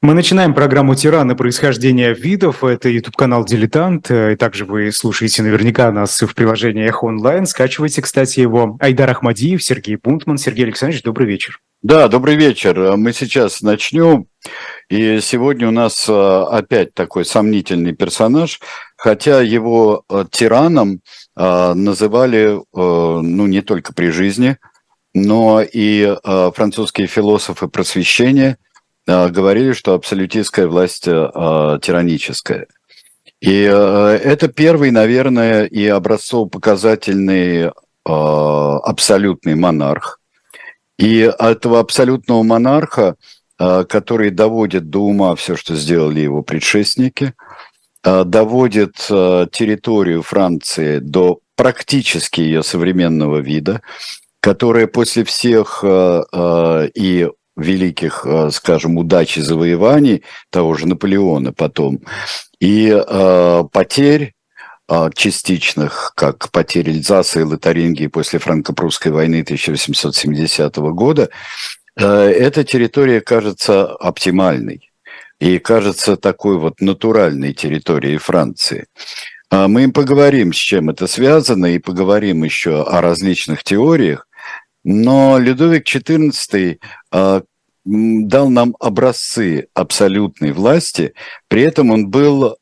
Мы начинаем программу «Тираны. Происхождение видов». Это YouTube-канал «Дилетант». И также вы слушаете наверняка нас в приложении «Эхо онлайн». Скачивайте, кстати, его. Айдар Ахмадиев, Сергей Бунтман. Сергей Александрович, добрый вечер. Да, добрый вечер. Мы сейчас начнем. И сегодня у нас опять такой сомнительный персонаж, хотя его тираном называли, не только при жизни, но и французские философы просвещения говорили, что абсолютистская власть тираническая. И это первый, наверное, и образцово-показательный абсолютный монарх. И этого абсолютного монарха, который доводит до ума все, что сделали его предшественники, доводит территорию Франции до практически ее современного вида, которая после всех и великих, скажем, удач и завоеваний того же Наполеона потом, и потерь частичных, как потери Эльзаса и Лотарингии после франко-прусской войны 1870 года, эта территория кажется оптимальной и кажется такой вот натуральной территорией Франции. Мы поговорим, с чем это связано, и поговорим еще о различных теориях, но Людовик XIV дал нам образцы абсолютной власти, при этом он был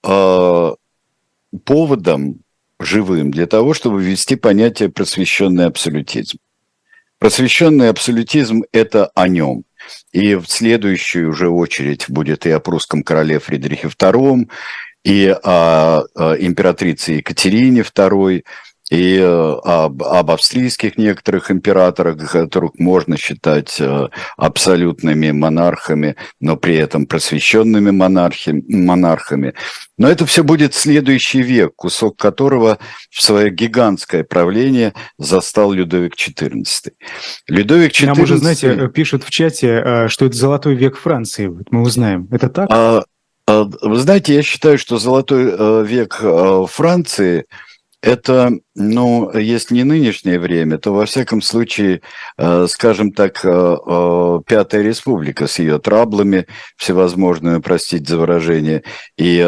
поводом живым для того, чтобы ввести понятие просвещенный абсолютизм. Просвещенный абсолютизм – это о нем. И в следующую уже очередь будет и о прусском короле Фридрихе II, и о императрице Екатерине II, и об австрийских некоторых императорах, которых можно считать абсолютными монархами, но при этом просвещенными монархами. Но это все будет следующий век, кусок которого в свое гигантское правление застал Людовик XIV. Людовик XIV... Нам уже, знаете, пишут в чате, что это золотой век Франции. Мы узнаем. Это так? Вы знаете, я считаю, что золотой век Франции... Это, если не нынешнее время, то, во всяком случае, скажем так, Пятая Республика с ее траблами всевозможными, простите за выражение, и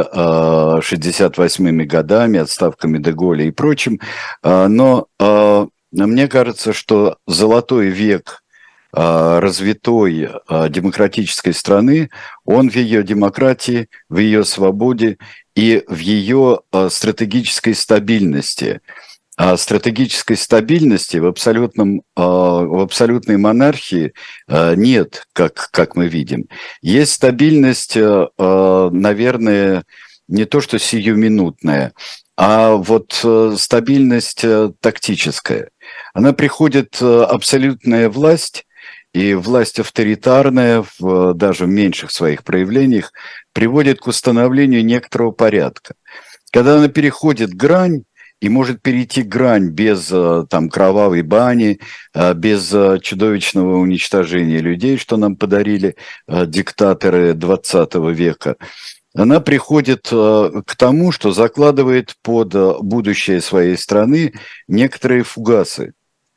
68-ми годами, отставками де Голля и прочим. Но мне кажется, что золотой век развитой демократической страны, он в ее демократии, в ее свободе и в ее стратегической стабильности. А стратегической стабильности в абсолютной монархии нет, как мы видим. Есть стабильность, наверное, не то что сиюминутная, а вот стабильность тактическая. Она приходит, абсолютная власть, и власть авторитарная, даже в меньших своих проявлениях, приводит к установлению некоторого порядка. Когда она переходит грань, и может перейти грань без кровавой бани, без чудовищного уничтожения людей, что нам подарили диктаторы XX века, она приходит к тому, что закладывает под будущее своей страны некоторые фугасы.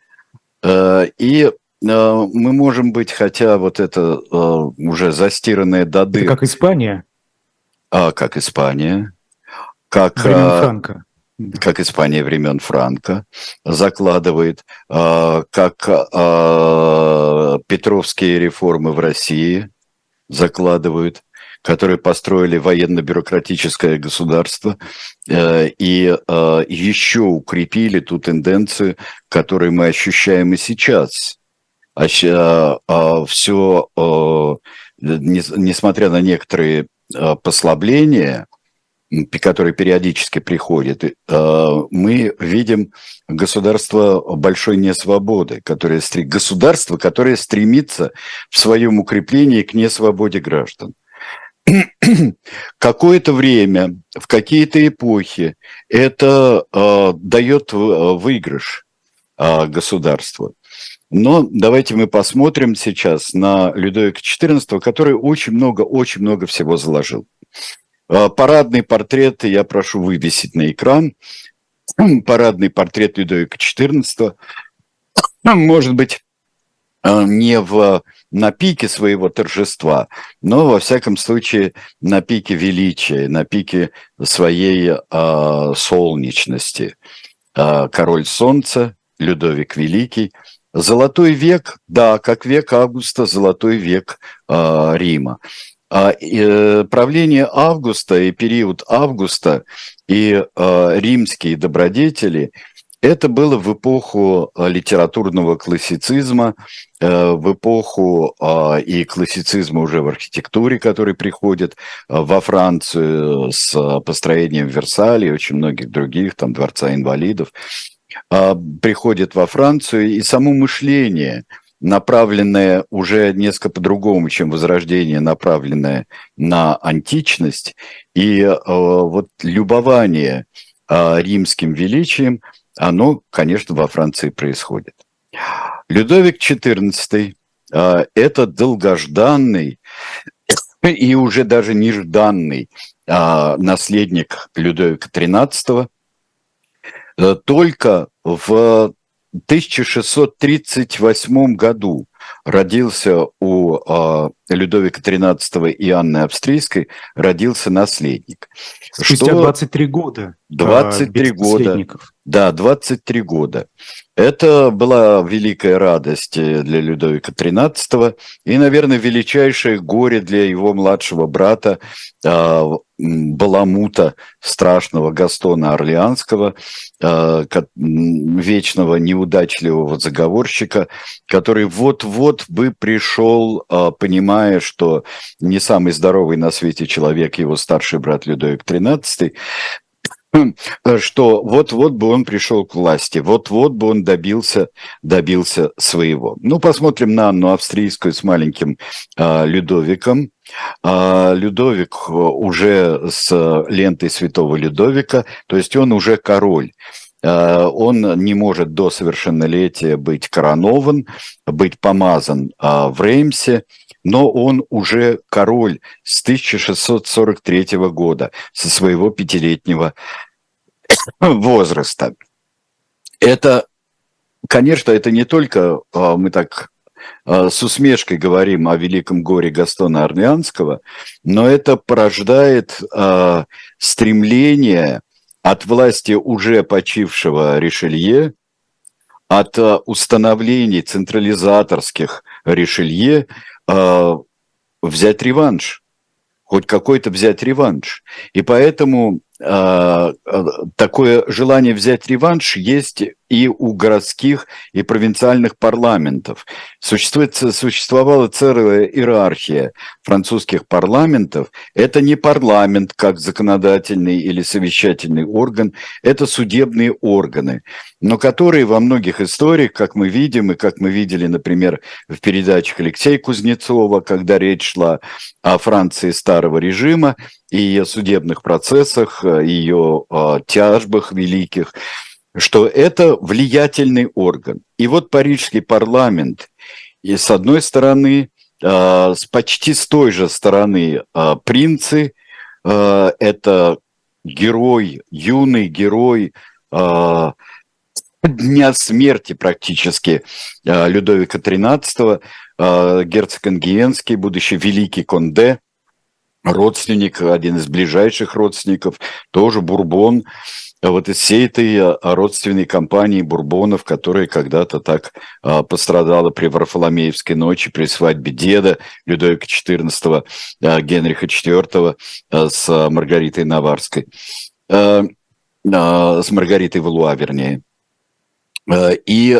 И мы можем быть, хотя вот это уже застиранное до дыр. Это как Испания? Как Испания. Времен Франко. Как Испания времен Франко закладывает, как петровские реформы в России закладывают, которые построили военно-бюрократическое государство и еще укрепили ту тенденцию, которую мы ощущаем и сейчас. Все, несмотря на некоторые послабления, которые периодически приходят, мы видим государство большой несвободы, государство, которое стремится в своем укреплении к несвободе граждан. Какое-то время, в какие-то эпохи это дает выигрыш государству. Но давайте мы посмотрим сейчас на Людовика XIV, который очень много всего заложил. Парадный портрет, я прошу вывесить на экран, парадный портрет Людовика XIV, может быть, на пике своего торжества, но, во всяком случае, на пике величия, на пике своей солнечности. Король Солнца, Людовик Великий. Золотой век, да, как век Августа, золотой век Рима. Правление Августа и период Августа и римские добродетели – это было в эпоху литературного классицизма, в эпоху и классицизма уже в архитектуре, который приходит во Францию с построением Версаля и очень многих других, там, Дворца инвалидов, приходит во Францию, и само мышление, направленное уже несколько по-другому, чем Возрождение, направленное на античность, и вот любование римским величием, оно, конечно, во Франции происходит. Людовик XIV – это долгожданный и уже даже нежданный наследник Людовика XIII. Только в 1638 году родился у Людовика XIII и Анны Австрийской, родился наследник. Спустя 23 года. 23 года. Да, 23 года. Это была великая радость для Людовика XIII и, наверное, величайшее горе для его младшего брата, баламута, страшного Гастона Орлеанского, вечного неудачливого заговорщика, который вот-вот бы пришел, понимая, что не самый здоровый на свете человек его старший брат Людовик XIII, что вот-вот бы он пришел к власти, вот-вот бы он добился своего. Ну, посмотрим на Анну Австрийскую с маленьким Людовиком. Людовик уже с лентой святого Людовика, то есть он уже король. Он не может до совершеннолетия быть коронован, быть помазан в Реймсе, но он уже король с 1643 года, со своего 5-летнего возраста. Это, конечно, это не только мы так с усмешкой говорим о великом горе Гастона Орлеанского, но это порождает стремление от власти уже почившего Ришелье, от установлений централизаторских Ришелье взять реванш, хоть какой-то взять реванш. И поэтому такое желание взять реванш есть и у городских и провинциальных парламентов. Существовала целая иерархия французских парламентов. Это не парламент как законодательный или совещательный орган, это судебные органы, но которые во многих историях, как мы видим, и как мы видели, например, в передачах Алексея Кузнецова, когда речь шла о Франции старого режима и ее судебных процессах, ее тяжбах великих, что это влиятельный орган. И вот парижский парламент, и с одной стороны, почти с той же стороны принцы, это герой, юный герой дня смерти практически Людовика XIII, герцог Ангиенский, будущий великий Конде, родственник, один из ближайших родственников, тоже Бурбон, вот из всей этой родственной компании Бурбонов, которая когда-то так пострадала при Варфоломеевской ночи, при свадьбе деда Людовика XIV, Генриха IV с Маргаритой Наварской, с Маргаритой Валуа, вернее. И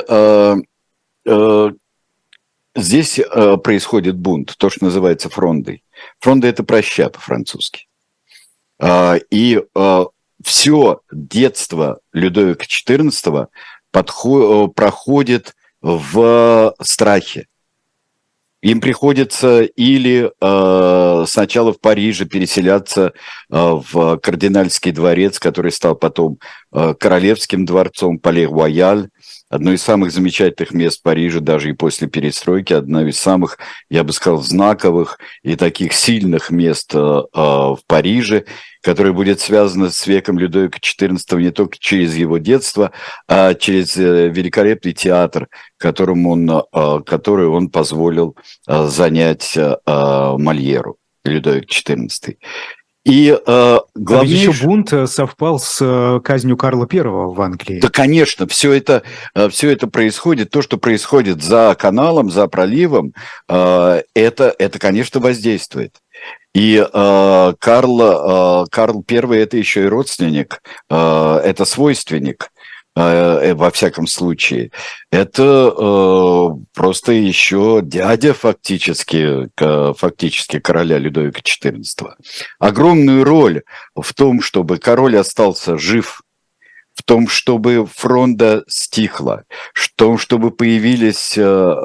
здесь происходит бунт, то, что называется фрондой. Фронда – это проща по-французски. И все детство Людовика XIV проходит в страхе. Им приходится или сначала в Париже переселяться в Кардинальский дворец, который стал потом Королевским дворцом, Пале-Рояль, одно из самых замечательных мест Парижа, даже и после перестройки, одно из самых, я бы сказал, знаковых и таких сильных мест в Париже, которое будет связано с веком Людовика XIV не только через его детство, а через великолепный театр, который он позволил занять Мольеру, Людовик XIV. И главнейший... еще бунт совпал с казнью Карла I в Англии. Да, конечно, все это происходит, то, что происходит за каналом, за проливом, это, конечно, воздействует. И Карл I – это еще и родственник, это свойственник. Во всяком случае, это просто еще дядя фактически короля Людовика XIV. Огромную роль в том, чтобы король остался жив, в том, чтобы фронта стихла, в том, чтобы появились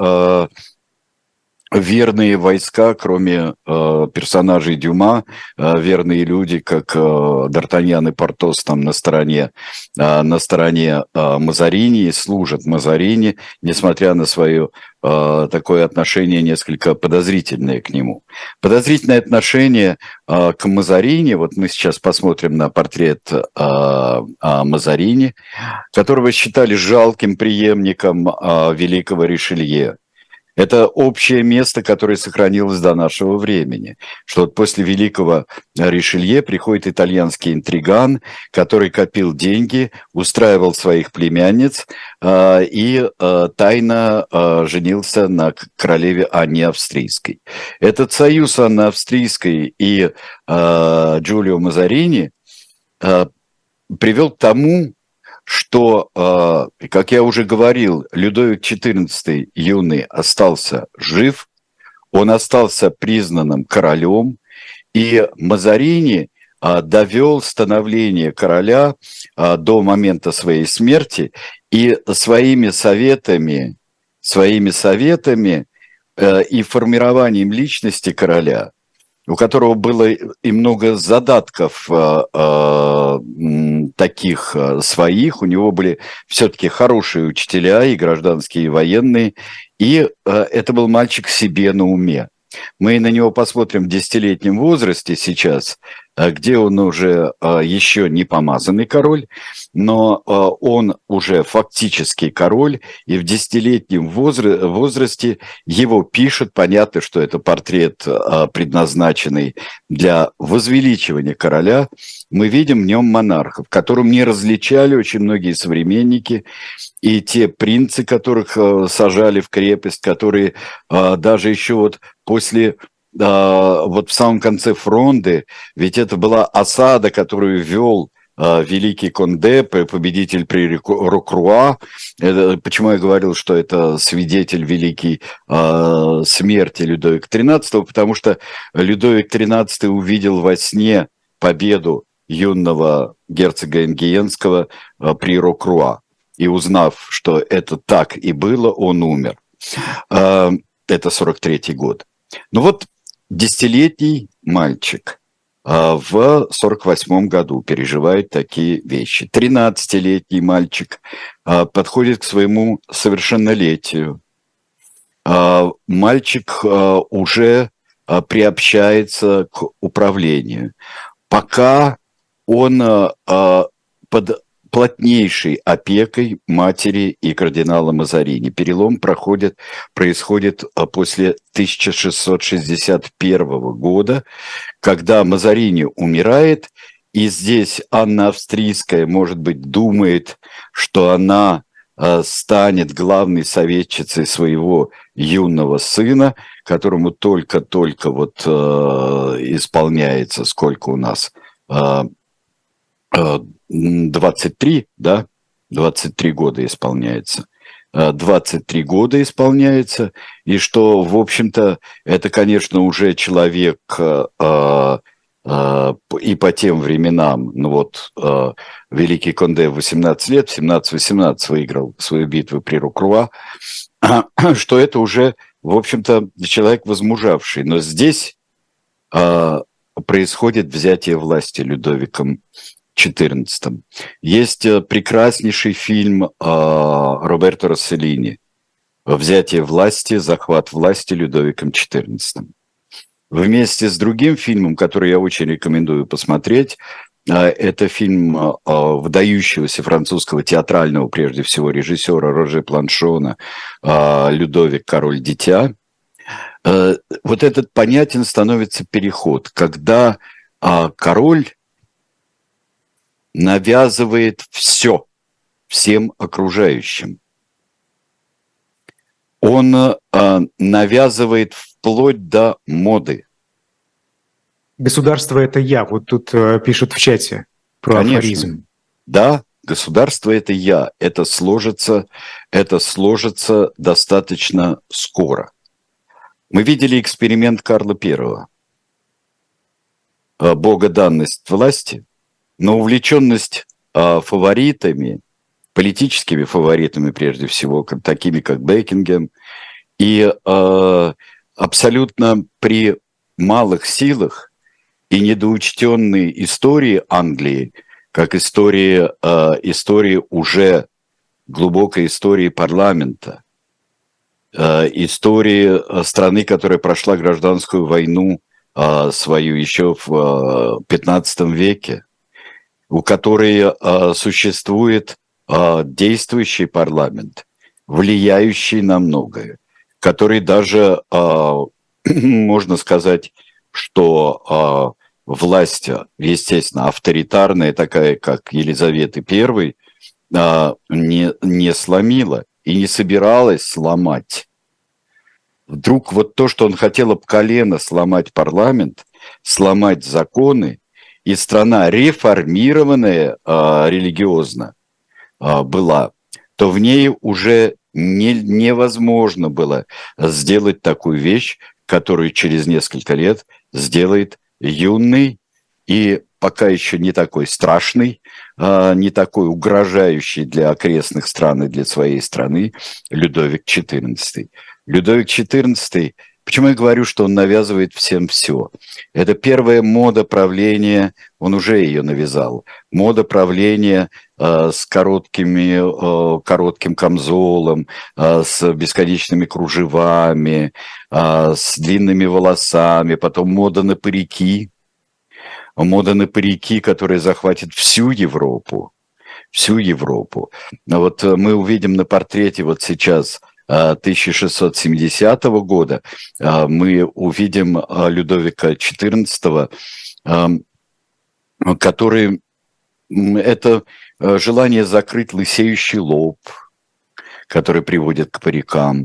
верные войска, кроме персонажей Дюма, верные люди, как Д'Артаньян и Портос там на стороне Мазарини, и служат Мазарини, несмотря на свое такое отношение несколько подозрительное к нему. Подозрительное отношение к Мазарини, вот мы сейчас посмотрим на портрет Мазарини, которого считали жалким преемником великого Ришелье. Это общее место, которое сохранилось до нашего времени. Что вот после великого Ришелье приходит итальянский интриган, который копил деньги, устраивал своих племянниц и тайно женился на королеве Анне Австрийской. Этот союз Анны Австрийской и Джулио Мазарини привел к тому, что, как я уже говорил, Людовик XIV юный остался жив, он остался признанным королем, и Мазарини довел становление короля до момента своей смерти, и своими советами и формированием личности короля, у которого было и много задатков таких своих, у него были все-таки хорошие учителя, и гражданские, и военные, и это был мальчик себе на уме. Мы на него посмотрим в 10-летнем возрасте сейчас, где он уже еще не помазанный король, но он уже фактически король, и в 10-летнем возрасте его пишут. Понятно, что это портрет, предназначенный для возвеличивания короля. Мы видим в нем монарха, в котором не различали очень многие современники, и те принцы, которых сажали в крепость, которые даже еще вот после, вот в самом конце фронды, ведь это была осада, которую вел великий Конде, победитель при Рокруа. Почему я говорил, что это свидетель великой смерти Людовика XIII? Потому что Людовик XIII увидел во сне победу юного герцога Энгиенского при Рокруа. И узнав, что это так и было, он умер. Это 43-й год. Ну вот 10-летний мальчик в 48-м году переживает такие вещи. 13-летний мальчик подходит к своему совершеннолетию. Мальчик уже приобщается к управлению. Пока он под плотнейшей опекой матери и кардинала Мазарини. Перелом происходит после 1661 года, когда Мазарини умирает, и здесь Анна Австрийская, может быть, думает, что она станет главной советчицей своего юного сына, которому только-только вот исполняется, сколько у нас, 23, да, 23 года исполняется. 23 года исполняется, и что, в общем-то, это, конечно, уже человек и по тем временам, ну вот, великий Конде в 18 лет, в 17-18 выиграл свою битву при Рокруа, что это уже, в общем-то, человек возмужавший. Но здесь происходит взятие власти Людовиком XIV. Есть прекраснейший фильм Роберто Росселлини «Взятие власти, захват власти Людовиком XIV». Вместе с другим фильмом, который я очень рекомендую посмотреть, это фильм выдающегося французского театрального, прежде всего, режиссера Роже Планшона «Людовик, король дитя». Вот этот понятен становится переход, когда король навязывает все всем окружающим. Он навязывает вплоть до моды. Государство – это я. Вот тут пишут в чате про афоризм. Да, государство – это я. Это сложится достаточно скоро. Мы видели эксперимент Карла I. Богоданность власти, но увлеченность фаворитами, политическими фаворитами прежде всего, такими как Бекингем, и абсолютно при малых силах и недоучтенные истории Англии, как истории уже глубокой истории парламента, истории страны, которая прошла гражданскую войну свою еще в 15 веке, у которой существует действующий парламент, влияющий на многое, который даже, можно сказать, что власть, естественно, авторитарная, такая, как Елизаветы I, не сломила и не собиралась сломать. Вдруг вот то, что он хотел об колено сломать парламент, сломать законы, и страна реформированная религиозно была, то в ней уже невозможно было сделать такую вещь, которую через несколько лет сделает юный и пока еще не такой страшный, не такой угрожающий для окрестных стран и для своей страны Людовик XIV. Людовик XIV, почему я говорю, что он навязывает всем все? Это первая мода правления, он уже ее навязал. Мода правления с коротким камзолом, с бесконечными кружевами, с длинными волосами, потом мода на парики, которая захватит всю Европу. Вот мы увидим на портрете вот сейчас 1670 года, мы увидим Людовика XIV, который это желание закрыть лысеющий лоб, который приводит к парикам.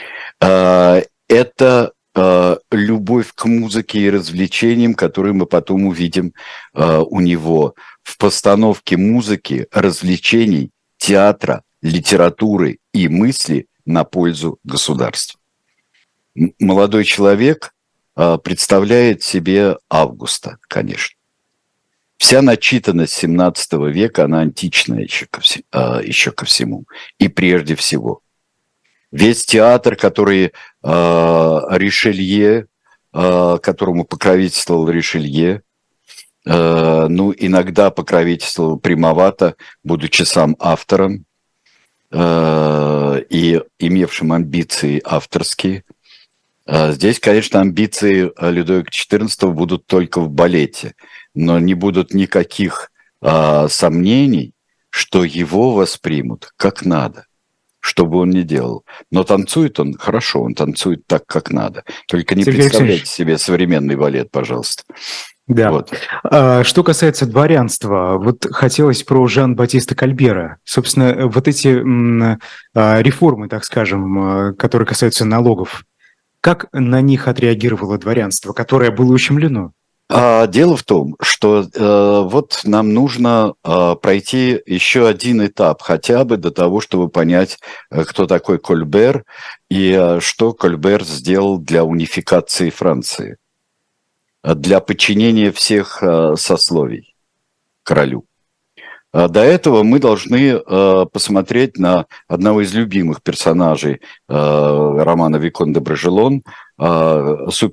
Это любовь к музыке и развлечениям, которые мы потом увидим у него в постановке музыки, развлечений, театра, литературы и мысли на пользу государства. Молодой человек представляет себе Августа, конечно. Вся начитанность 17 века, она античная еще ко всему. И прежде всего. Весь театр, который Ришелье, которому покровительствовал Ришелье, иногда покровительствовал прямовато, будучи сам автором и имевшим амбиции авторские. Здесь, конечно, амбиции Людовика XIV будут только в балете, но не будут никаких сомнений, что его воспримут как надо, что бы он ни делал. Но танцует он хорошо, он танцует так, как надо. Только не Сергей представляйте Алексеевич. себе современный балет, пожалуйста. Да. Вот. Что касается дворянства, вот хотелось про Жан-Батиста Кальбера. Собственно, вот эти реформы, так скажем, которые касаются налогов, как на них отреагировало дворянство, которое было ущемлено? Дело в том, что вот нам нужно пройти еще один этап, хотя бы до того, чтобы понять, кто такой Кольбер и что Кольбер сделал для унификации Франции, для подчинения всех сословий королю. До этого мы должны посмотреть на одного из любимых персонажей романа Викон де Брожелон,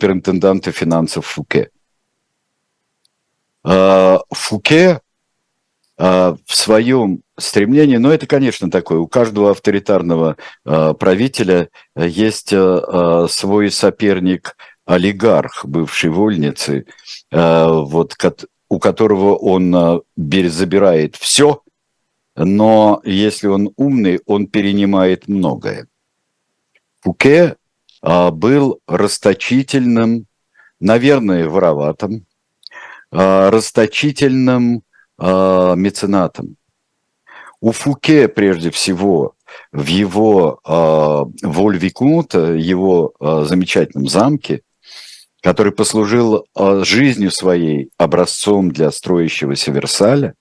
суперинтенданта финансов Фуке. Фуке в своем стремлении, но это, конечно, такое, у каждого авторитарного правителя есть свой соперник, олигарх бывшей вольницы, вот, у которого он забирает все, но если он умный, он перенимает многое. Фуке был расточительным, наверное, вороватым, расточительным меценатом. У Фуке, прежде всего, в его Воль-Виконт, его замечательном замке, который послужил жизнью своей образцом для строящегося Версаля,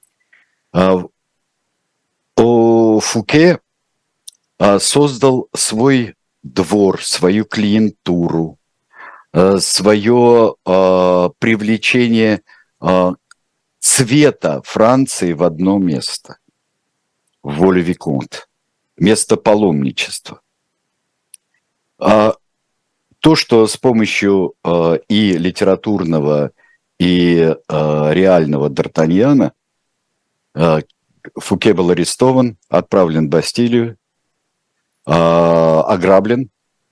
Фуке создал свой двор, свою клиентуру, свое привлечение цвета Франции в одно место, в Воль-Виконт, место паломничества. То, что с помощью и литературного, и реального Д'Артаньяна Фуке был арестован, отправлен в Бастилию, ограблен.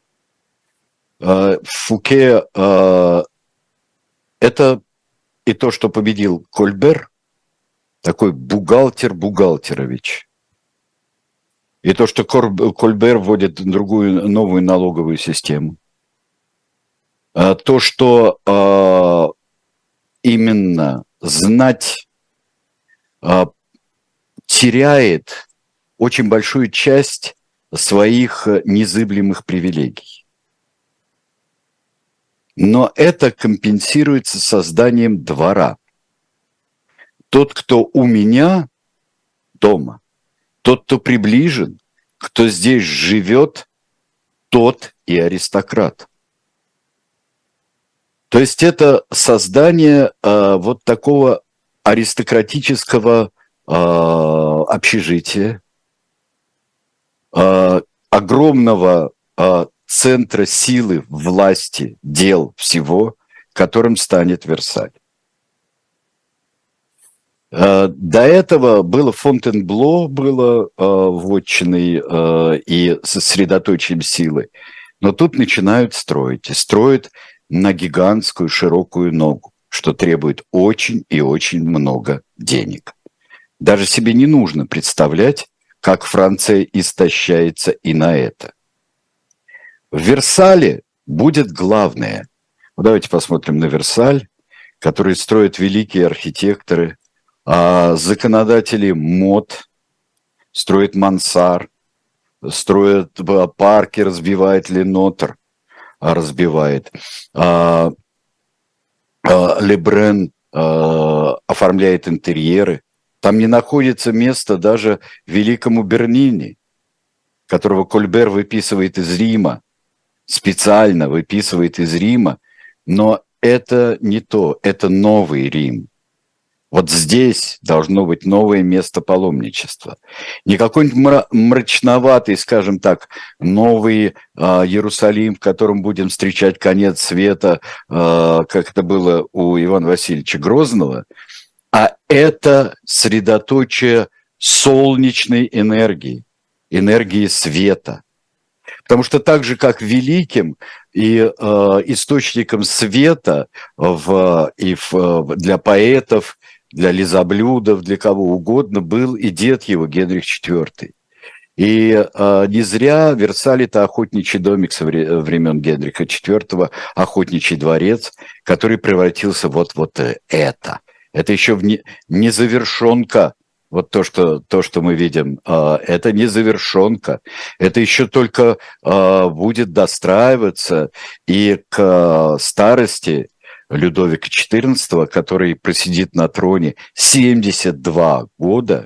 Фуке это и то, что победил Кольбер, такой бухгалтер Бухгалтерович. И то, что Кольбер вводит другую, новую налоговую систему. То, что именно знать теряет очень большую часть своих незыблемых привилегий. Но это компенсируется созданием двора. Тот, кто у меня дома, тот, кто приближен, кто здесь живет, тот и аристократ. То есть это создание вот такого аристократического общежития, огромного центра силы, власти, дел, всего, которым станет Версаль. До этого было Фонтенбло, было вотчиной и сосредоточием силы. Но тут начинают строить. И строят на гигантскую широкую ногу, что требует очень и очень много денег. Даже себе не нужно представлять, как Франция истощается и на это. В Версале будет главное. Давайте посмотрим на Версаль, который строят великие архитекторы, законодатели мод, строят Мансар, строят парки, разбивает Ленотр, разбивает. Лебрен оформляет интерьеры. Там не находится места даже великому Бернини, которого Кольбер выписывает из Рима, специально выписывает из Рима, но это не то, это новый Рим. Вот здесь должно быть новое место паломничества. Не какой-нибудь мрачноватый, скажем так, новый Иерусалим, в котором будем встречать конец света, как это было у Ивана Васильевича Грозного, а это средоточие солнечной энергии, энергии света. Потому что так же, как великим и источником света для поэтов, для лизоблюдов, для кого угодно был и дед его, Генрих IV. И не зря Версаль – это охотничий домик со времен Генриха IV, охотничий дворец, который превратился вот это. Это еще не завершенка. Вот то, что мы видим, это не завершенка. Это еще только будет достраиваться. И к старости Людовика XIV, который просидит на троне 72 года,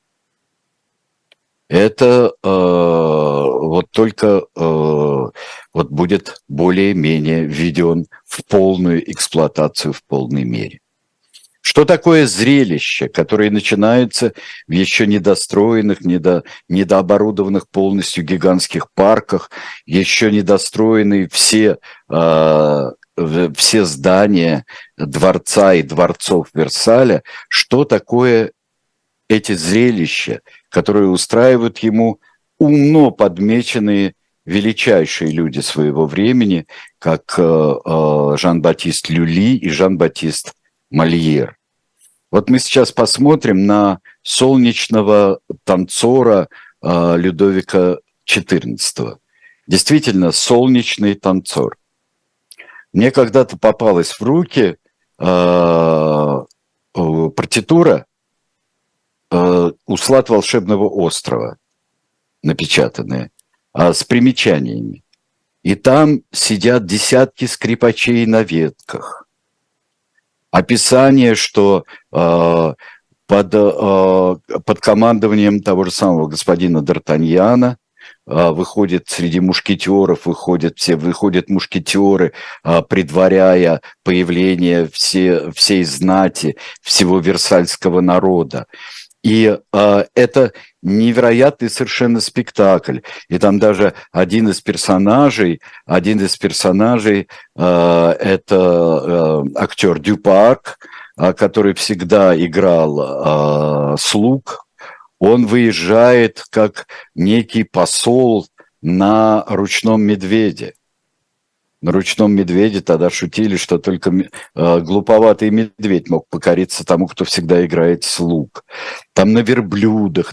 это вот только вот будет более-менее введен в полную эксплуатацию в полной мере. Что такое зрелище, которое начинается в еще недостроенных, недооборудованных полностью гигантских парках, еще недостроенные все здания дворца и дворцов Версаля? Что такое эти зрелища, которые устраивают ему умно подмеченные величайшие люди своего времени, как Жан-Батист Люли и Жан-Батист Мольер. Вот мы сейчас посмотрим на солнечного танцора Людовика XIV. Действительно, солнечный танцор. Мне когда-то попалась в руки партитура «Услад волшебного острова», напечатанная, с примечаниями. И там сидят десятки скрипачей на ветках. Описание, что под командованием того же самого господина Д'Артаньяна выходит среди мушкетеров, выходят мушкетеры, предваряя появление всей знати, всего версальского народа. И это невероятный совершенно спектакль. И там даже один из персонажей это актер Дюпак, который всегда играл слуг. Он выезжает как некий посол на ручном медведе. На ручном медведе тогда шутили, что только глуповатый медведь мог покориться тому, кто всегда играет слуг. Там на верблюдах,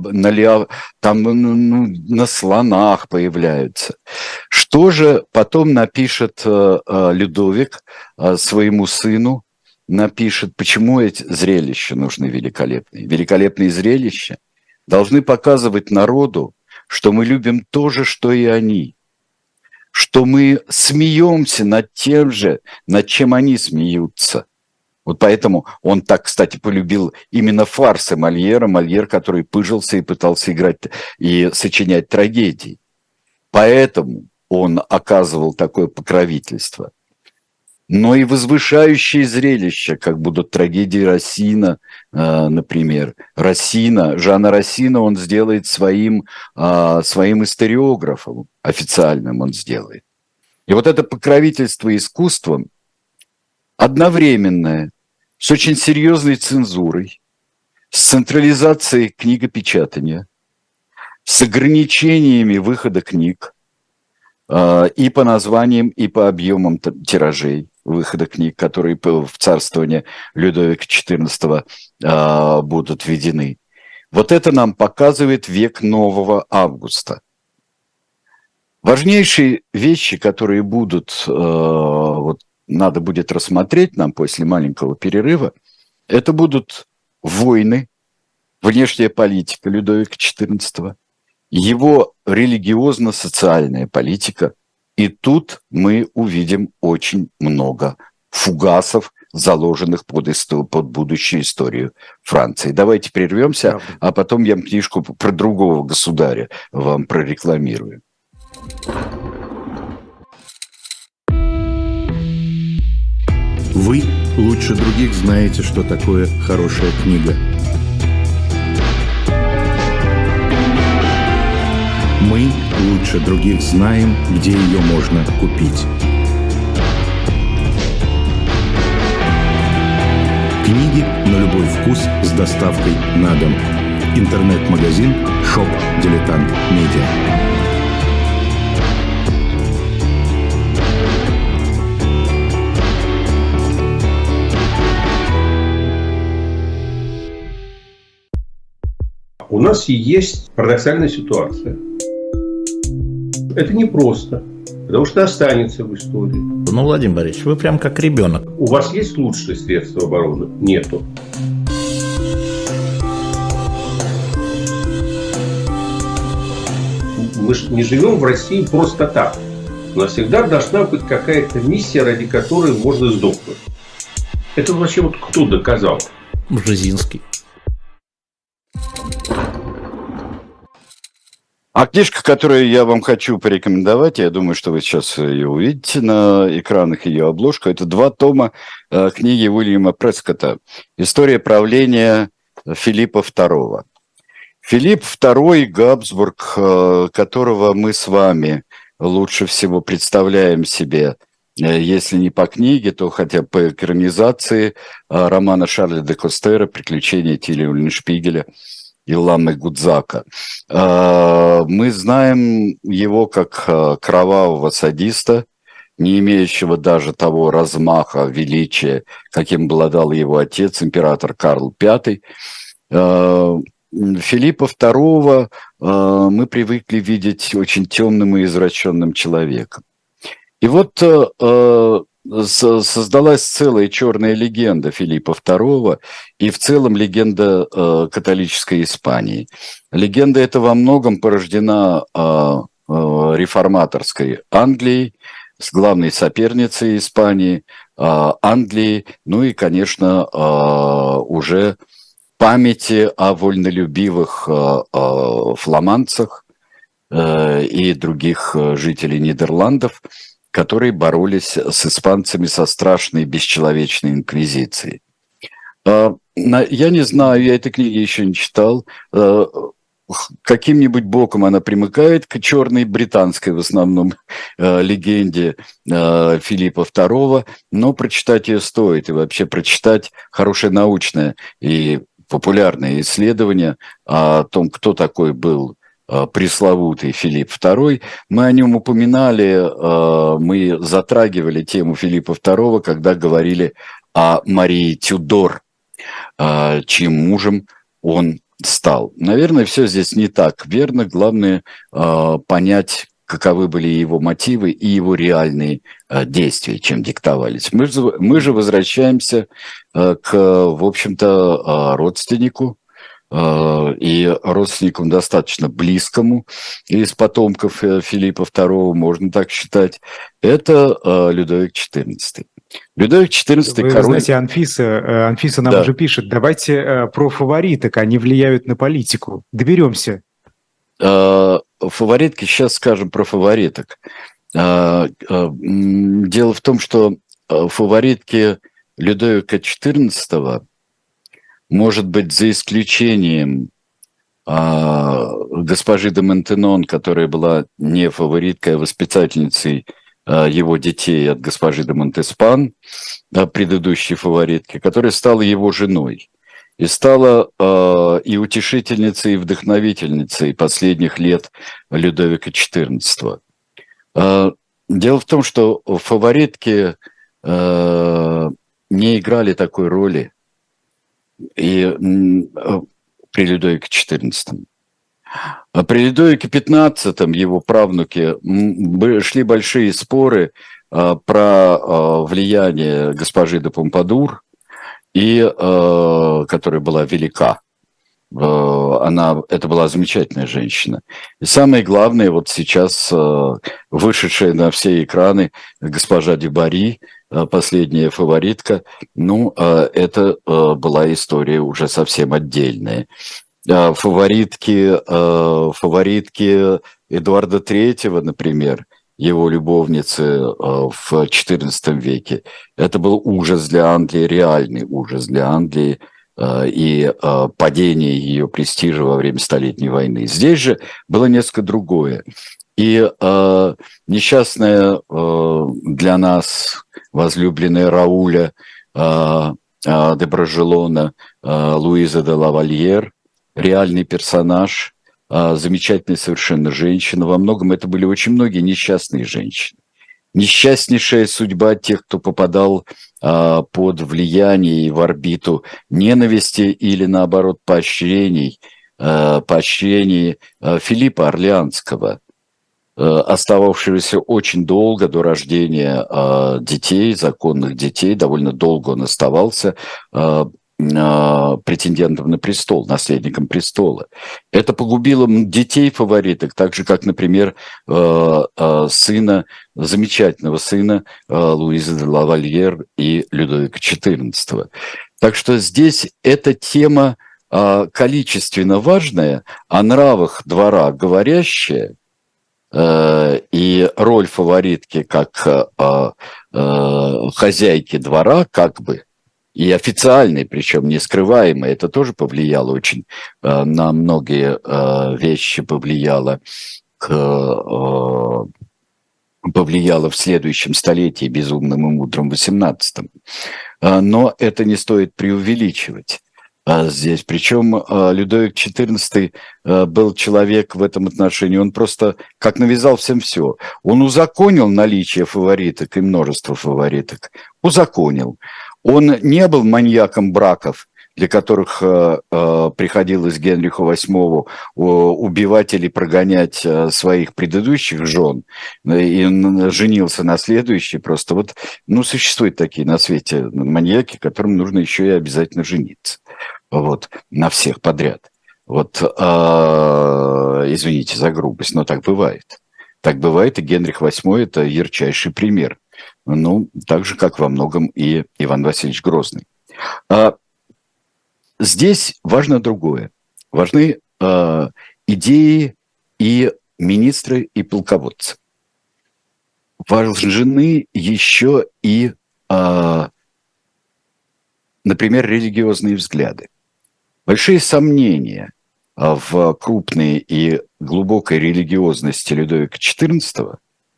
на слонах появляются. Что же потом напишет Людовик своему сыну? Напишет, почему эти зрелища нужны великолепные. Великолепные зрелища должны показывать народу, что мы любим то же, что и они. Что мы смеемся над тем же, над чем они смеются. Вот поэтому он так, кстати, полюбил именно фарсы Мольера, Мольер, который пыжился и пытался играть и сочинять трагедии. Поэтому он оказывал такое покровительство. Но и возвышающие зрелища, как будут трагедии Рассина, например. Жана Рассина он сделает своим историографом официальным он сделает. И вот это покровительство искусством одновременное, с очень серьезной цензурой, с централизацией книгопечатания, с ограничениями выхода книг и по названиям, и по объемам тиражей выхода книг, которые в царствование Людовика XIV будут введены. Вот это нам показывает век нового Августа. Важнейшие вещи, которые надо будет рассмотреть нам после маленького перерыва, это будут войны, внешняя политика Людовика XIV, его религиозно-социальная политика. И тут мы увидим очень много фугасов, заложенных под будущую историю Франции. Давайте прервемся, а потом я книжку про другого государя вам прорекламирую. Вы лучше других знаете, что такое хорошая книга. Мы лучше других знаем, где ее можно купить. Книги на любой вкус с доставкой на дом. Интернет-магазин «Шоп Дилетант Медиа». У нас есть парадоксальная ситуация. Это непросто, потому что останется в истории. Ну, Владимир Борисович, вы прям как ребенок. У вас есть лучшие средства обороны? Нету. Мы же не живем в России просто так. У нас всегда должна быть какая-то миссия, ради которой можно сдохнуть. Это вообще вот кто доказал? Бжезинский. А книжка, которую я вам хочу порекомендовать, я думаю, что вы сейчас ее увидите на экранах, ее обложку, это 2 тома книги Уильяма Прескотта «История правления Филиппа II». Филипп II Габсбург, которого мы с вами лучше всего представляем себе если не по книге, то хотя бы по экранизации романа Шарля де Костера «Приключения Тиля Уллиншпигеля» и Ламы Гудзака. Мы знаем его как кровавого садиста, не имеющего даже того размаха, величия, каким обладал его отец, император Карл V. Филиппа II мы привыкли видеть очень темным и извращенным человеком. И вот создалась целая черная легенда Филиппа II и в целом легенда католической Испании. Легенда эта во многом порождена реформаторской Англией, с главной соперницей Испании, Англии, ну и, конечно, уже памяти о вольнолюбивых фламандцах и других жителей Нидерландов, которые боролись с испанцами со страшной бесчеловечной инквизицией. Я не знаю, я этой книги еще не читал. Каким-нибудь боком она примыкает к черной британской, в основном, легенде Филиппа II, но прочитать ее стоит. И вообще прочитать хорошее научное и популярное исследование о том, кто такой был пресловутый Филипп II. Мы о нем упоминали, мы затрагивали тему Филиппа II, когда говорили о Марии Тюдор, чьим мужем он стал. Наверное, все здесь не так верно. Главное понять, каковы были его мотивы и его реальные действия, чем диктовались. Мы же возвращаемся к, в общем-то, родственнику, и родственнику достаточно близкому из потомков Филиппа II, можно так считать, это Людовик XIV. Людовик XIV Вы король... знаете, Анфиса нам уже пишет, давайте про фавориток, они влияют на политику. Доберемся. Фаворитки, сейчас скажем про фавориток. Дело в том, что фаворитки Людовика XIV, может быть, за исключением госпожи де Монтенон, которая была не фавориткой, а воспитательницей его детей от госпожи де Монтеспан, предыдущей фаворитки, которая стала его женой. И стала и утешительницей, и вдохновительницей последних лет Людовика XIV. Дело в том, что фаворитки не играли такой роли и при Людовике XIV. А при Людовике XV его правнуки шли большие споры про влияние госпожи де Помпадур, которая была велика. Это была замечательная женщина. И самое главное, вот сейчас вышедшая на все экраны госпожа Дюбари, последняя фаворитка, это была история уже совсем отдельная. Фаворитки Эдуарда III, например, его любовницы в XIV веке, это был ужас для Англии, реальный ужас для Англии и падение ее престижа во время Столетней войны. Здесь же было несколько другое. И несчастная для нас возлюбленная Рауля де Брожелона, Луиза де Лавальер, реальный персонаж, замечательная совершенно женщина. Во многом это были очень многие несчастные женщины. Несчастнейшая судьба тех, кто попадал под влияние и в орбиту ненависти или, наоборот, поощрений Филиппа Орлеанского, остававшегося очень долго до рождения детей, законных детей. Довольно долго он оставался претендентом на престол, наследником престола. Это погубило детей фавориток, так же, как, например, замечательного сына Луизы де Лавальер и Людовика XIV. Так что здесь эта тема количественно важная, о нравах двора говорящая, и роль фаворитки как хозяйки двора, как бы, и официальной, причем не скрываемой, это тоже повлияло очень на многие вещи, повлияло к повлияло в следующем столетии, безумном и мудром 18-м. Но это не стоит преувеличивать здесь. Причем Людовик XIV был человек в этом отношении, он просто как навязал всем все. Он узаконил наличие фавориток и множество фавориток. Узаконил. Он не был маньяком браков, для которых приходилось Генриху VIII убивать или прогонять своих предыдущих жен, и он женился на следующей просто. Вот, ну, существуют такие на свете маньяки, которым нужно еще и обязательно жениться. Вот, на всех подряд. Вот, извините за грубость, но так бывает. Так бывает, и Генрих VIII – это ярчайший пример. Ну, так же, как во многом и Иван Васильевич Грозный. Здесь важно другое. Важны идеи и министры, и полководцы. Важны еще и, например, религиозные взгляды. Большие сомнения в крупной и глубокой религиозности Людовика XIV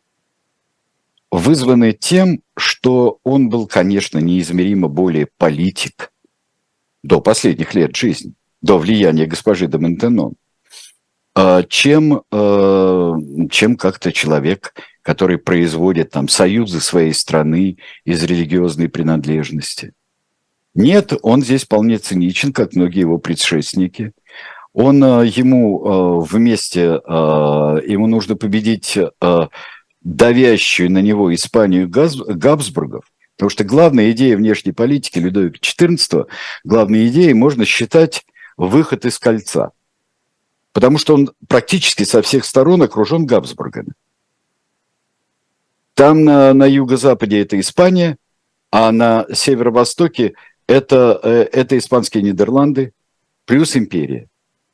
вызваны тем, что он был, конечно, неизмеримо более политик до последних лет жизни, до влияния госпожи де Монтенон, чем как-то человек, который производит там союзы своей страны из религиозной принадлежности. Нет, он здесь вполне циничен, как многие его предшественники. Ему нужно победить давящую на него Испанию Габсбургов, потому что главная идея внешней политики Людовика XIV, главной идеей можно считать выход из кольца, потому что он практически со всех сторон окружен Габсбургами. Там на юго-западе это Испания, а на северо-востоке это испанские Нидерланды плюс империя.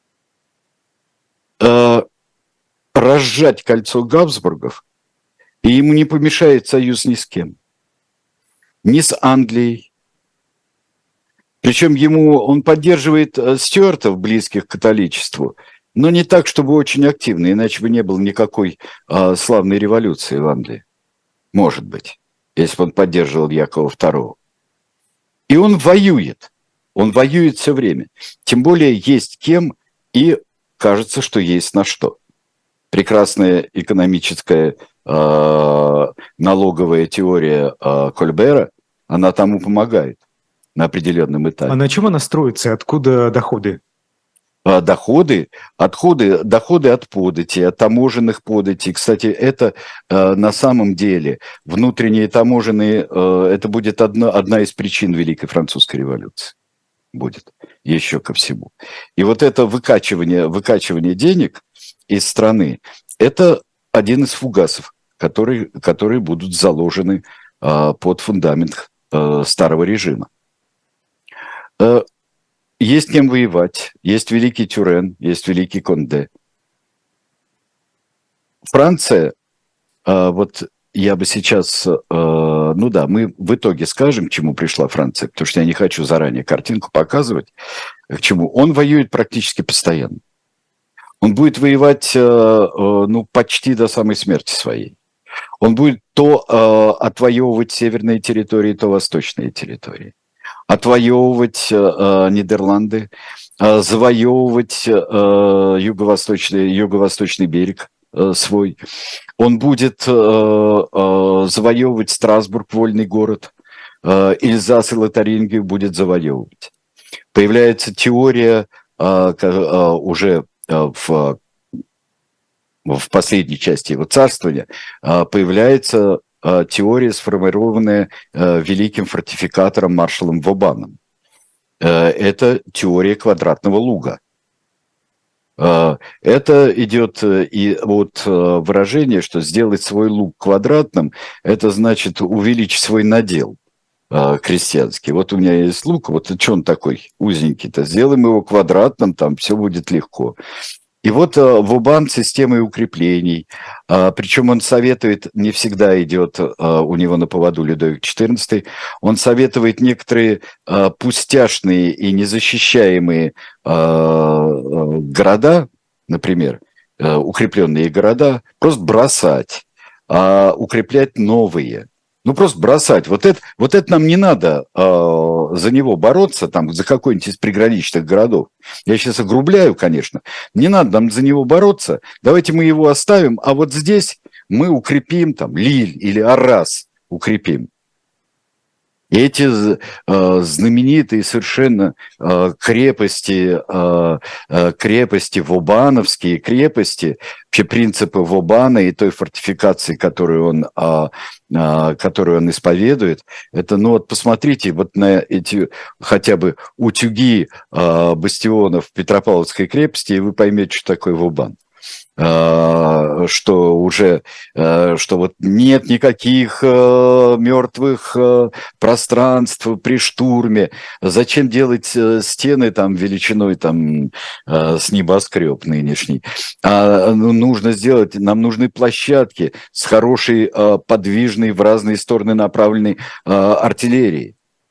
Разжать кольцо Габсбургов, и ему не помешает союз ни с кем. Ни с Англией. Причем он поддерживает стюартов, близких к католичеству, но не так, чтобы очень активно, иначе бы не было никакой славной революции в Англии. Может быть, если бы он поддерживал Якова II. И он воюет все время. Тем более есть кем, и кажется, что есть на что. Прекрасная экономическая налоговая теория Кольбера, она тому помогает на определенном этапе. А на чем она строится? Откуда доходы? Доходы от податей, от таможенных податей. Кстати, это на самом деле внутренние таможенные, это будет одна из причин Великой Французской революции. Будет еще ко всему. И вот это выкачивание денег из страны, это один из фугасов, которые будут заложены под фундамент старого режима. Есть кем воевать, есть великий Тюрен, есть великий Конде. Франция, вот я бы сейчас, мы в итоге скажем, к чему пришла Франция, потому что я не хочу заранее картинку показывать, к чему. Он воюет практически постоянно. Он будет воевать, почти до самой смерти своей. Он будет то отвоевывать северные территории, то восточные территории. Отвоевывать Нидерланды, завоевывать юго-восточный берег свой. Он будет завоевывать Страсбург, вольный город, Эльзас и Лотарингию будет завоевывать. Появляется теория уже в последней части его царствования, появляется теория, сформированная великим фортификатором маршалом Вобаном. Это теория квадратного луга. Это идет и от выражения, что сделать свой луг квадратным, это значит увеличить свой надел крестьянский. Вот у меня есть лук, вот что он такой узенький-то, сделаем его квадратным, там все будет легко. И вот Вобан системой укреплений, причем он советует, не всегда идет у него на поводу Людовик XIV, он советует некоторые пустяшные и незащищаемые города, например, укрепленные города, просто бросать, а укреплять новые. Ну, просто бросать. Вот это нам не надо за него бороться, там, за какой-нибудь из приграничных городов. Я сейчас огрубляю, конечно. Не надо нам за него бороться. Давайте мы его оставим, а вот здесь мы укрепим, там, Лиль или Аррас укрепим. И эти знаменитые совершенно крепости, вобановские крепости, вообще принципы Вобана и той фортификации, которую он исповедует, это, ну вот посмотрите вот на эти хотя бы утюги бастионов Петропавловской крепости, и вы поймете, что такое Вобан. Что вот нет никаких мертвых пространств при штурме. Зачем делать стены там величиной там с небоскреб нынешний? Нужно сделать, нам нужны площадки с хорошей подвижной в разные стороны направленной артиллерией.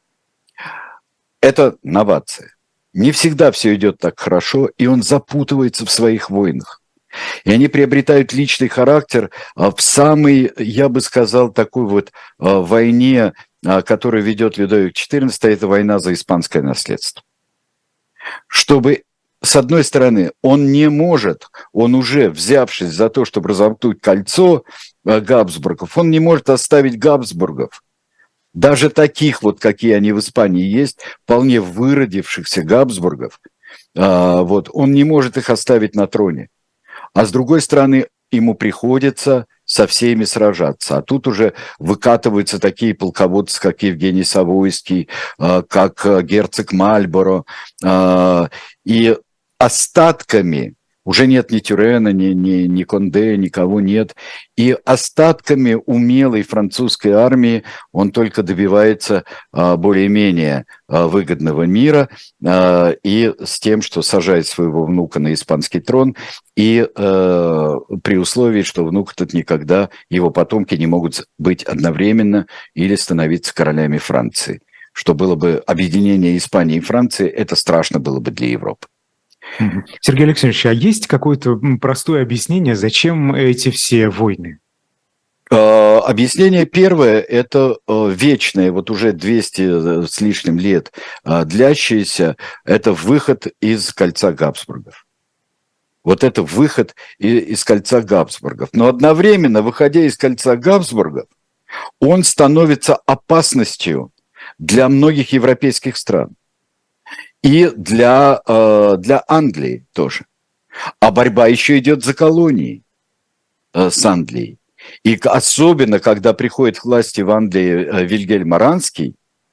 Это новация. Не всегда все идет так хорошо, и он запутывается в своих войнах. И они приобретают личный характер в самой, я бы сказал, такой вот войне, которую ведет Людовик XIV, это война за испанское наследство. Чтобы, с одной стороны, он не может, он уже взявшись за то, чтобы разомкнуть кольцо Габсбургов, он не может оставить Габсбургов. Даже таких вот, какие они в Испании есть, вполне выродившихся Габсбургов, вот, он не может их оставить на троне. А с другой стороны, ему приходится со всеми сражаться. А тут уже выкатываются такие полководцы, как Евгений Савойский, как герцог Мальборо. И остатками, уже нет ни Тюрена, ни Конде, никого нет. И остатками умелой французской армии он только добивается более-менее выгодного мира и с тем, что сажает своего внука на испанский трон, и при условии, что внук этот никогда, его потомки не могут быть одновременно или становиться королями Франции. Что было бы объединение Испании и Франции, это страшно было бы для Европы. Сергей Александрович, а есть какое-то простое объяснение, зачем эти все войны? Объяснение первое – это вечное, вот уже 200 с лишним лет длящееся, это выход из кольца Габсбургов. Вот это выход из кольца Габсбургов. Но одновременно, выходя из кольца Габсбургов, он становится опасностью для многих европейских стран. И для Англии тоже. А борьба еще идет за колонии с Англией. И особенно, когда приходит к власти в Англии Вильгельм Оранский,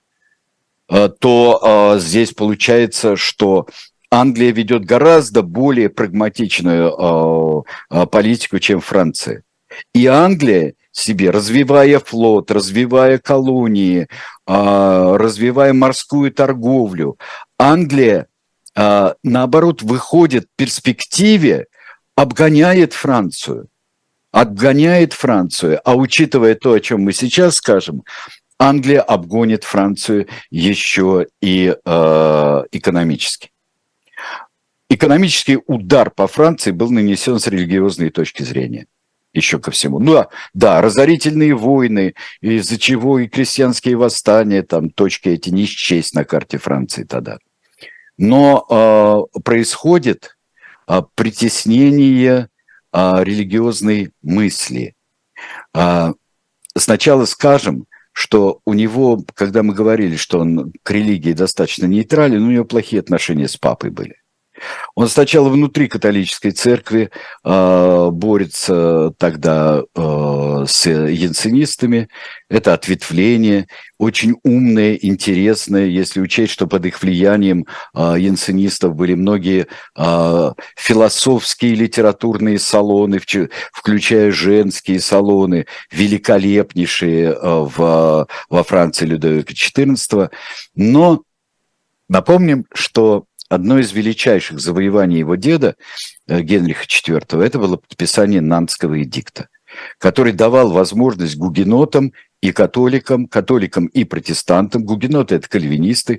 то здесь получается, что Англия ведет гораздо более прагматичную политику, чем Франция. И Англия себе, развивая флот, развивая колонии, развивая морскую торговлю, Англия, наоборот, выходит в перспективе, обгоняет Францию. А учитывая то, о чем мы сейчас скажем, Англия обгонит Францию еще и экономически. Экономический удар по Франции был нанесен с религиозной точки зрения. Еще ко всему. Ну да, разорительные войны, из-за чего и крестьянские восстания, там точки эти не счесть на карте Франции тогда. Но происходит притеснение религиозной мысли. Сначала скажем, что у него, когда мы говорили, что он к религии достаточно нейтрален, у него плохие отношения с папой были. Он сначала внутри католической церкви борется тогда с янсенистами. Это ответвление, очень умное, интересное, если учесть, что под их влиянием янсенистов были многие философские литературные салоны, включая женские салоны, великолепнейшие во Франции Людовика XIV. Но напомним, что одно из величайших завоеваний его деда, Генриха IV, это было подписание Нантского эдикта, который давал возможность гугенотам и католикам и протестантам, гугеноты – это кальвинисты,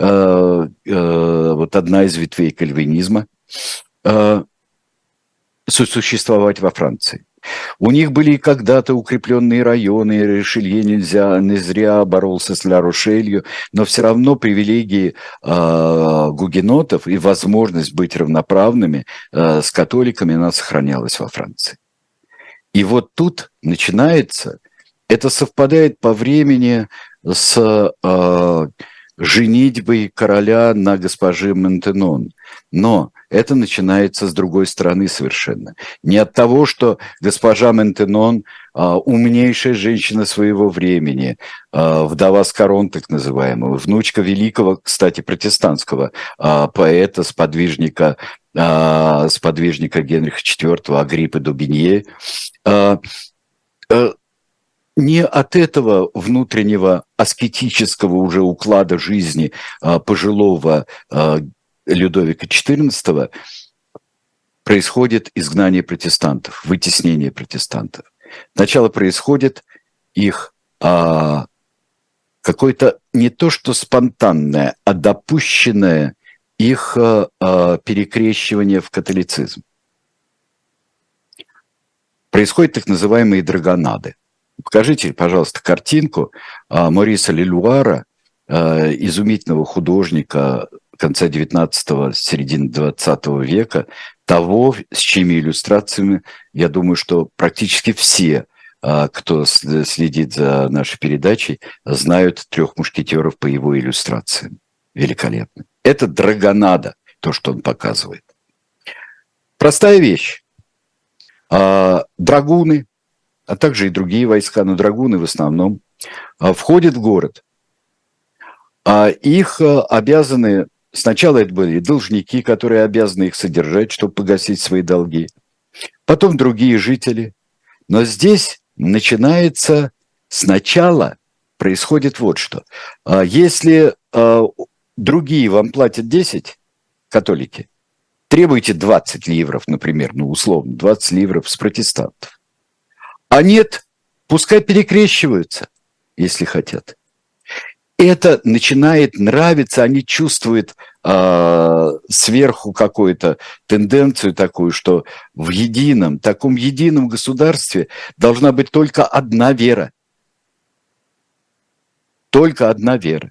вот одна из ветвей кальвинизма, сосуществовать во Франции. У них были и когда-то укрепленные районы, и Ришелье не зря боролся с Ля-Рошелью, но все равно привилегии гугенотов и возможность быть равноправными с католиками, она сохранялась во Франции. И вот тут начинается, это совпадает по времени с женитьбой короля на госпоже Ментенон. Но это начинается с другой стороны совершенно. Не от того, что госпожа Ментенон умнейшая женщина своего времени, вдова Скарон, так называемого, внучка великого, кстати, протестантского поэта, сподвижника Генриха IV, Агриппы Дубинье. Не от этого внутреннего аскетического уже уклада жизни пожилого Людовика XIV происходит изгнание протестантов, вытеснение протестантов. Сначала происходит их какое-то не то что спонтанное, а допущенное их перекрещивание в католицизм. Происходят так называемые драгонады. Покажите, пожалуйста, картинку Мориса Лелуара, изумительного художника конца 19-го, середины 20 века, того, с чьими иллюстрациями, я думаю, что практически все, кто следит за нашей передачей, знают «Трех мушкетеров» по его иллюстрациям. Великолепно. Это драгонада, то, что он показывает. Простая вещь. Драгуны, а также и другие войска, но драгуны в основном, входят в город. Их обязаны, сначала это были должники, которые обязаны их содержать, чтобы погасить свои долги, потом другие жители. Но здесь начинается, сначала происходит вот что. Если другие вам платят 10, католики, требуйте 20 ливров, например, ну условно, 20 ливров с протестантов. А нет, пускай перекрещиваются, если хотят. Это начинает нравиться, они чувствуют сверху какую-то тенденцию такую, что в таком едином государстве должна быть только одна вера. Только одна вера.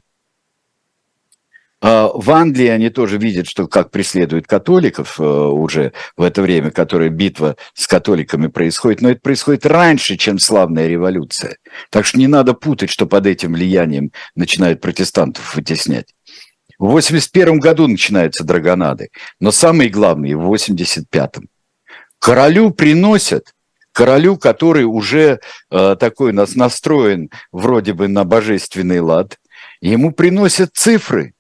В Англии они тоже видят, что как преследуют католиков уже в это время, которая битва с католиками происходит, но это происходит раньше, чем славная революция. Так что не надо путать, что под этим влиянием начинают протестантов вытеснять. В 81 году начинаются драгонады, но самые главные в 85-м. Королю приносят, который уже такой у нас настроен вроде бы на божественный лад, ему приносят цифры.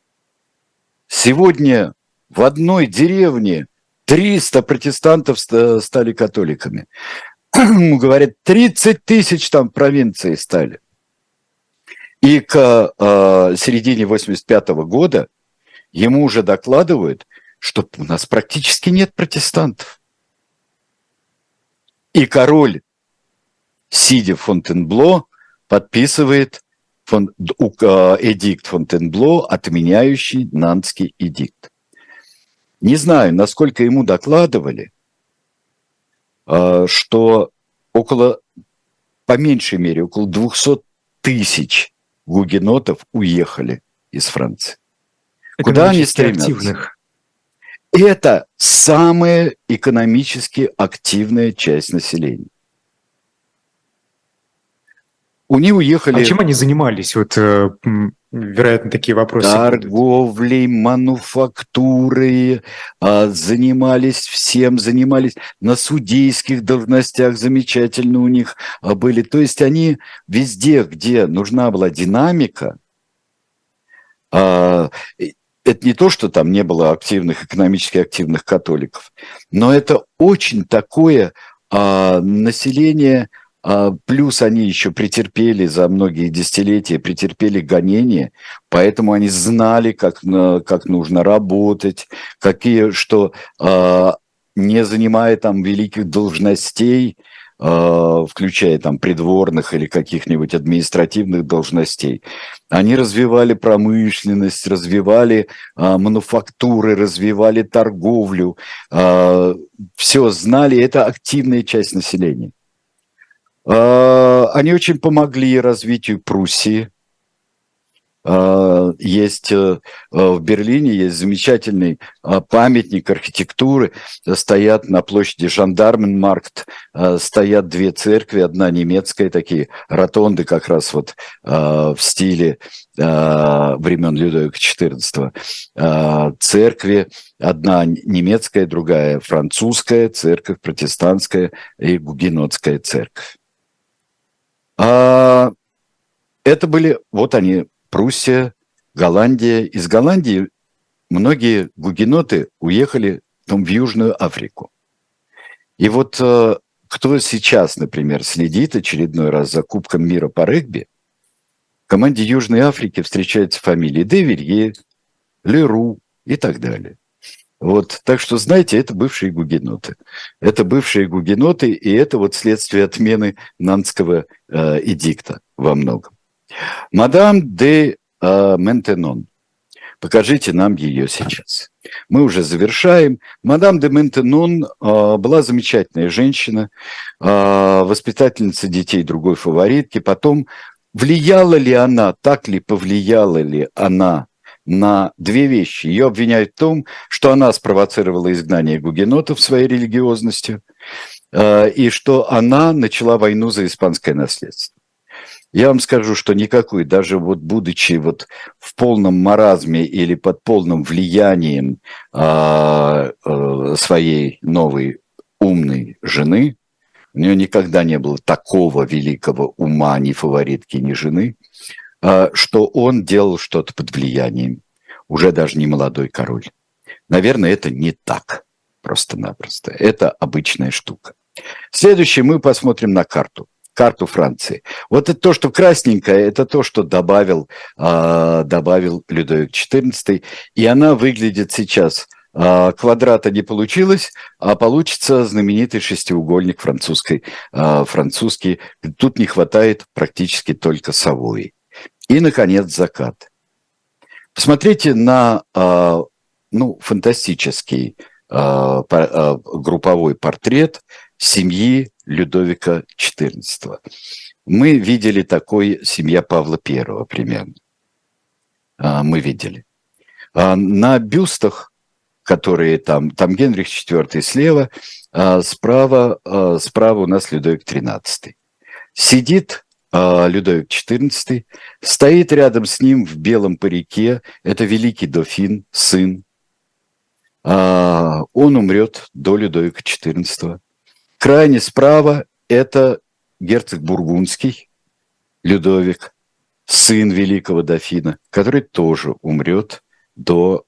Сегодня в одной деревне 300 протестантов стали католиками. Говорят, 30 тысяч там в провинции стали. И к середине 85 года ему уже докладывают, что у нас практически нет протестантов. И король, сидя в Фонтенбло, подписывает эдикт Фонтенбло, отменяющий Нантский эдикт. Не знаю, насколько ему докладывали, что по меньшей мере, около 200 тысяч гугенотов уехали из Франции. Куда они стремятся? Активных. Это самая экономически активная часть населения. Они уехали... А чем они занимались? Вот, вероятно, такие вопросы. Торговлей, мануфактурой, занимались на судейских должностях, замечательно у них были. То есть они везде, где нужна была динамика, это не то, что там не было экономически активных католиков, но это очень такое население... Плюс они еще претерпели за многие десятилетия, гонения, поэтому они знали, как нужно работать, не занимая там великих должностей, включая там придворных или каких-нибудь административных должностей. Они развивали промышленность, развивали мануфактуры, развивали торговлю, все знали, это активная часть населения. Они очень помогли развитию Пруссии. Есть в Берлине есть замечательный памятник архитектуры. Стоят на площади Жандарменмаркт, стоят две церкви, одна немецкая, такие ротонды как раз вот в стиле времен Людовика XIV. Церкви, одна немецкая, другая французская, церковь протестантская и гугенотская церковь. Это были, вот они, Пруссия, Голландия. Из Голландии многие гугеноты уехали в Южную Африку. И вот кто сейчас, например, следит очередной раз за Кубком мира по регби, в команде Южной Африки встречаются фамилии де Вилье, Леру и так далее. Вот, так что, знаете, это бывшие гугеноты. Это бывшие гугеноты, и это вот следствие отмены Нантского эдикта во многом. Мадам де Ментенон. Покажите нам ее сейчас. Мы уже завершаем. Мадам де Ментенон была замечательная женщина, воспитательница детей другой фаворитки. Потом влияла ли она, так ли повлияла ли она на две вещи. Ее обвиняют в том, что она спровоцировала изгнание гугенотов своей религиозностью, и что она начала войну за испанское наследство. Я вам скажу, что никакой, даже вот будучи вот в полном маразме или под полным влиянием своей новой умной жены, у нее никогда не было такого великого ума ни фаворитки, ни жены, что он делал что-то под влиянием, уже даже не молодой король. Наверное, это не так просто-напросто. Это обычная штука. Следующее мы посмотрим на карту Франции. Вот это то, что красненькое, это то, что добавил Людовик XIV, и она выглядит сейчас. Квадрата не получилось, а получится знаменитый шестиугольник французский. Тут не хватает практически только Савойи. И, наконец, закат. Посмотрите на фантастический групповой портрет семьи Людовика XIV. Мы видели такой семья Павла I примерно. Мы видели. На бюстах, которые там Генрих IV слева, справа у нас Людовик XIII. Сидит Людовик XIV, стоит рядом с ним в белом парике, это великий дофин, сын. Он умрет до Людовика XIV. Крайне справа это герцог Бургундский, Людовик, сын великого дофина, который тоже умрет до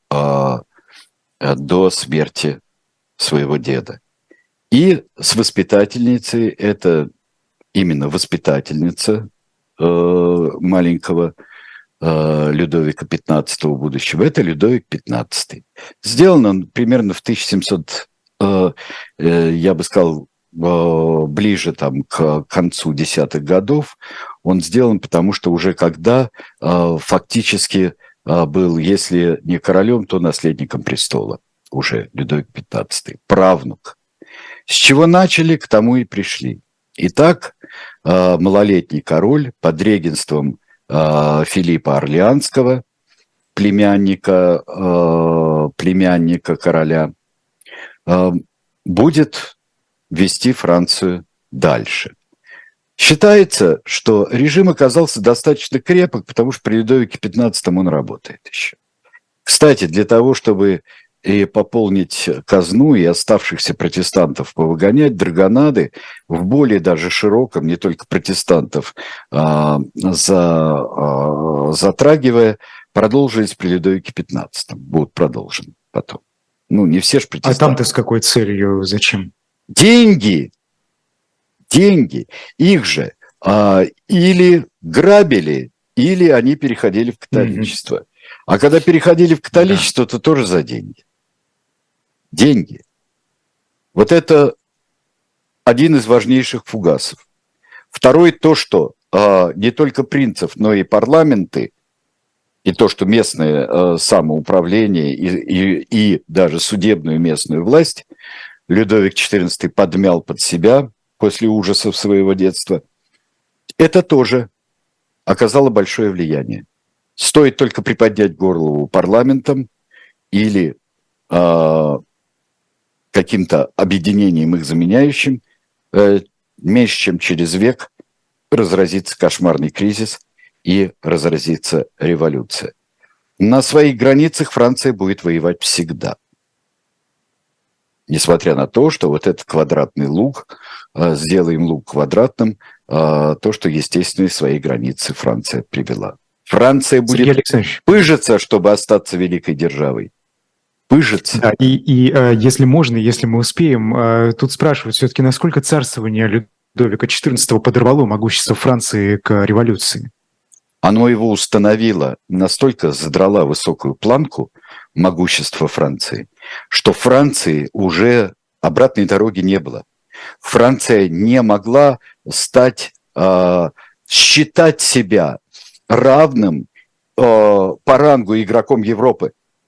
смерти своего деда. И с воспитательницей, это именно воспитательница маленького Людовика XV будущего, это Людовик XV. Сделан он примерно в 1700, я бы сказал, ближе там, к концу десятых годов. Он сделан, потому что уже когда фактически был, если не королем, то наследником престола, уже Людовик XV, правнук. С чего начали, к тому и пришли. Итак, малолетний король под регенством Филиппа Орлеанского, племянника короля, будет вести Францию дальше. Считается, что режим оказался достаточно крепок, потому что при Людовике XV он работает еще. Кстати, для того, чтобы и пополнить казну и оставшихся протестантов повыгонять, драгонады в более даже широком, не только протестантов, затрагивая, продолжились при Людовике XV. Будут продолжены потом. Ну, не все же протестанты. А там-то с какой целью? Зачем? Деньги. Их же или грабили, или они переходили в католичество. Mm-hmm. А когда переходили в католичество, то тоже за деньги. Деньги. Вот это один из важнейших фугасов. Второй то, что не только принцев, но и парламенты, и то, что местное самоуправление и даже судебную местную власть Людовик XIV подмял под себя после ужасов своего детства, это тоже оказало большое влияние. Стоит только приподнять голову парламентом или каким-то объединением их заменяющим, меньше чем через век разразится кошмарный кризис и разразится революция. На своих границах Франция будет воевать всегда. Несмотря на то, что вот этот квадратный луг, сделаем луг квадратным, то, что, естественно, из своей границы Франция привела. Франция будет пыжиться, чтобы остаться великой державой. Пыжиться. Да, и если можно, если мы успеем, тут спрашивают все-таки, насколько царствование Людовика XIV подорвало могущество Франции к революции? Оно его установило, настолько задрала высокую планку могущества Франции, что Франции уже обратной дороги не было. Франция не могла считать себя равным по рангу игроком Европы.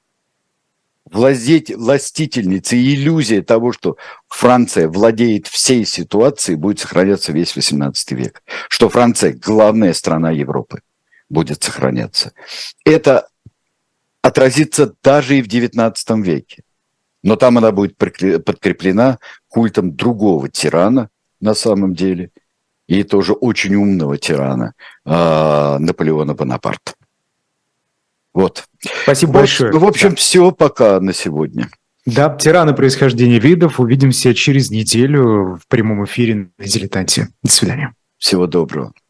Властительница и иллюзия того, что Франция владеет всей ситуацией, будет сохраняться весь XVIII век. Что Франция – главная страна Европы будет сохраняться. Это отразится даже и в XIX веке. Но там она будет подкреплена культом другого тирана на самом деле, и тоже очень умного тирана Наполеона Бонапарта. Вот. Спасибо большое. В общем, все пока на сегодня. Да, тираны происхождения видов. Увидимся через неделю в прямом эфире на «Дилетанте». До свидания. Всего доброго.